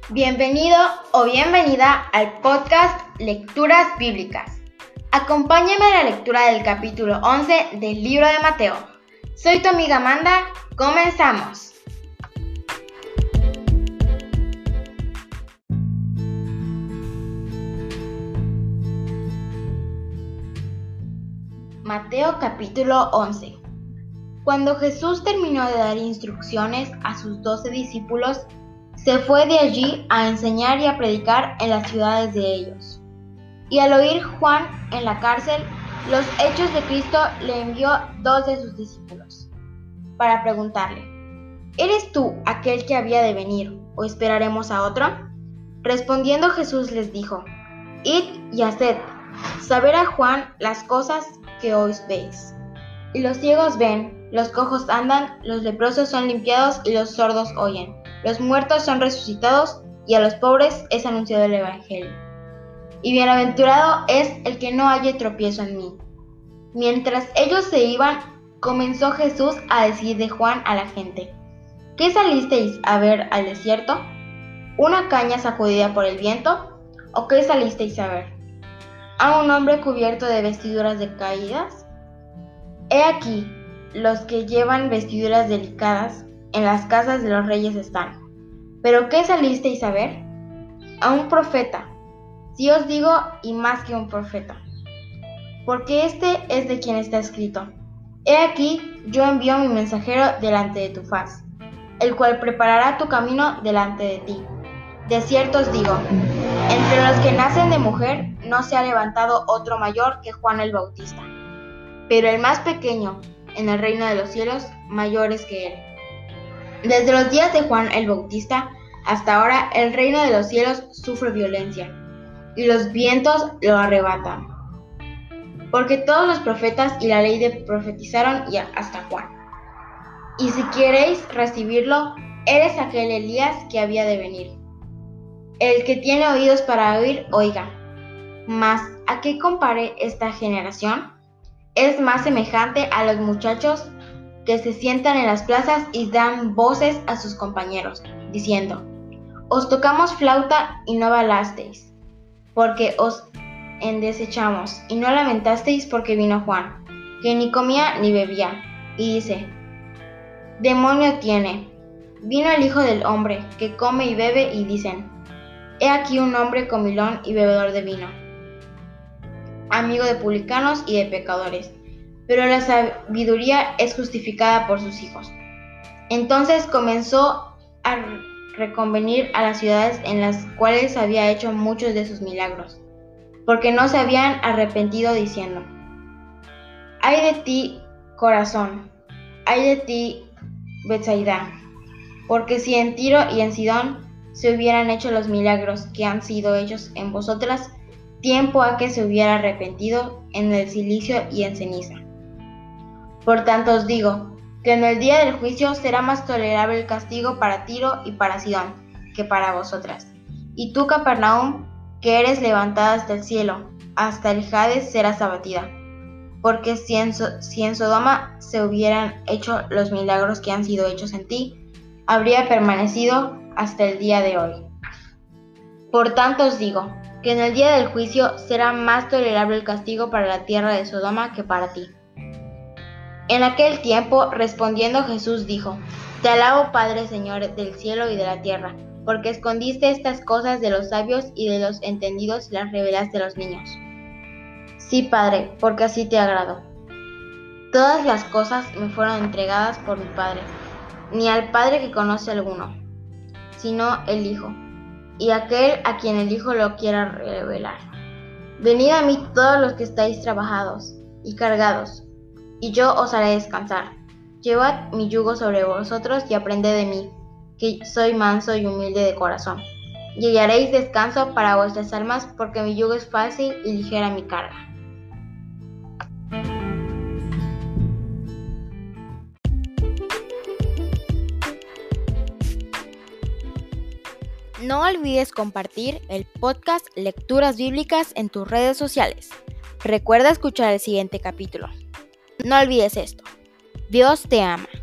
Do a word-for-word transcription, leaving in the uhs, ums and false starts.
Bienvenido o bienvenida al podcast Lecturas Bíblicas. Acompáñame a la lectura del capítulo once del libro de Mateo. Soy tu amiga Amanda, comenzamos. Mateo capítulo once. Cuando Jesús terminó de dar instrucciones a sus doce discípulos, se fue de allí a enseñar y a predicar en las ciudades de ellos. Y al oír Juan en la cárcel los hechos de Cristo, le envió dos de sus discípulos para preguntarle: ¿eres tú aquel que había de venir, o esperaremos a otro? Respondiendo Jesús les dijo: Id y haced saber a Juan las cosas que hoy veis. Y los ciegos ven, los cojos andan, los leprosos son limpiados y los sordos oyen. Los muertos son resucitados y a los pobres es anunciado el Evangelio. Y bienaventurado es el que no halle tropiezo en mí. Mientras ellos se iban, comenzó Jesús a decir de Juan a la gente: ¿Qué salisteis a ver al desierto? ¿Una caña sacudida por el viento? ¿O qué salisteis a ver? ¿A un hombre cubierto de vestiduras decaídas? He aquí, los que llevan vestiduras delicadas en las casas de los reyes están. ¿Pero qué salisteis a ver? A un profeta. Sí os digo, y más que un profeta. Porque este es de quien está escrito: He aquí, yo envío mi mensajero delante de tu faz, el cual preparará tu camino delante de ti. De cierto os digo, entre los que nacen de mujer no se ha levantado otro mayor que Juan el Bautista. Pero el más pequeño en el reino de los cielos mayor es que él. Desde los días de Juan el Bautista hasta ahora el reino de los cielos sufre violencia, y los vientos lo arrebatan. Porque todos los profetas y la ley de profetizaron y hasta Juan. Y si queréis recibirlo, eres aquel Elías que había de venir. El que tiene oídos para oír, oiga. Mas, ¿a qué compare esta generación? Es más semejante a los muchachos que se sientan en las plazas y dan voces a sus compañeros, diciendo: Os tocamos flauta y no bailasteis, porque os endesechamos, y no lamentasteis porque vino Juan, que ni comía ni bebía, y dice: Demonio tiene. Vino el Hijo del Hombre, que come y bebe, y dicen: He aquí un hombre comilón y bebedor de vino, amigo de publicanos y de pecadores, pero la sabiduría es justificada por sus hijos. Entonces comenzó a reconvenir a las ciudades en las cuales había hecho muchos de sus milagros, porque no se habían arrepentido, diciendo: Ay de ti, Corazón, ay de ti, Betsaida, porque si en Tiro y en Sidón se hubieran hecho los milagros que han sido hechos en vosotras, tiempo a que se hubiera arrepentido en el cilicio y en ceniza. Por tanto os digo, que en el día del juicio será más tolerable el castigo para Tiro y para Sidón, que para vosotras. Y tú, Capernaum, que eres levantada hasta el cielo, hasta el Hades serás abatida. Porque si en, so- si en Sodoma se hubieran hecho los milagros que han sido hechos en ti, habría permanecido hasta el día de hoy. Por tanto os digo, que en el día del juicio será más tolerable el castigo para la tierra de Sodoma que para ti. En aquel tiempo, respondiendo Jesús dijo: Te alabo, Padre, Señor del cielo y de la tierra, porque escondiste estas cosas de los sabios y de los entendidos y las revelaste a los niños. Sí, Padre, porque así te agradó. Todas las cosas me fueron entregadas por mi Padre, ni al Padre que conoce alguno, sino el Hijo, y aquel a quien el Hijo lo quiera revelar. Venid a mí todos los que estáis trabajados y cargados, y yo os haré descansar. Llevad mi yugo sobre vosotros y aprended de mí, que soy manso y humilde de corazón, y hallaréis descanso para vuestras almas, porque mi yugo es fácil y ligera mi carga. No olvides compartir el podcast Lecturas Bíblicas en tus redes sociales. Recuerda escuchar el siguiente capítulo. No olvides esto: Dios te ama.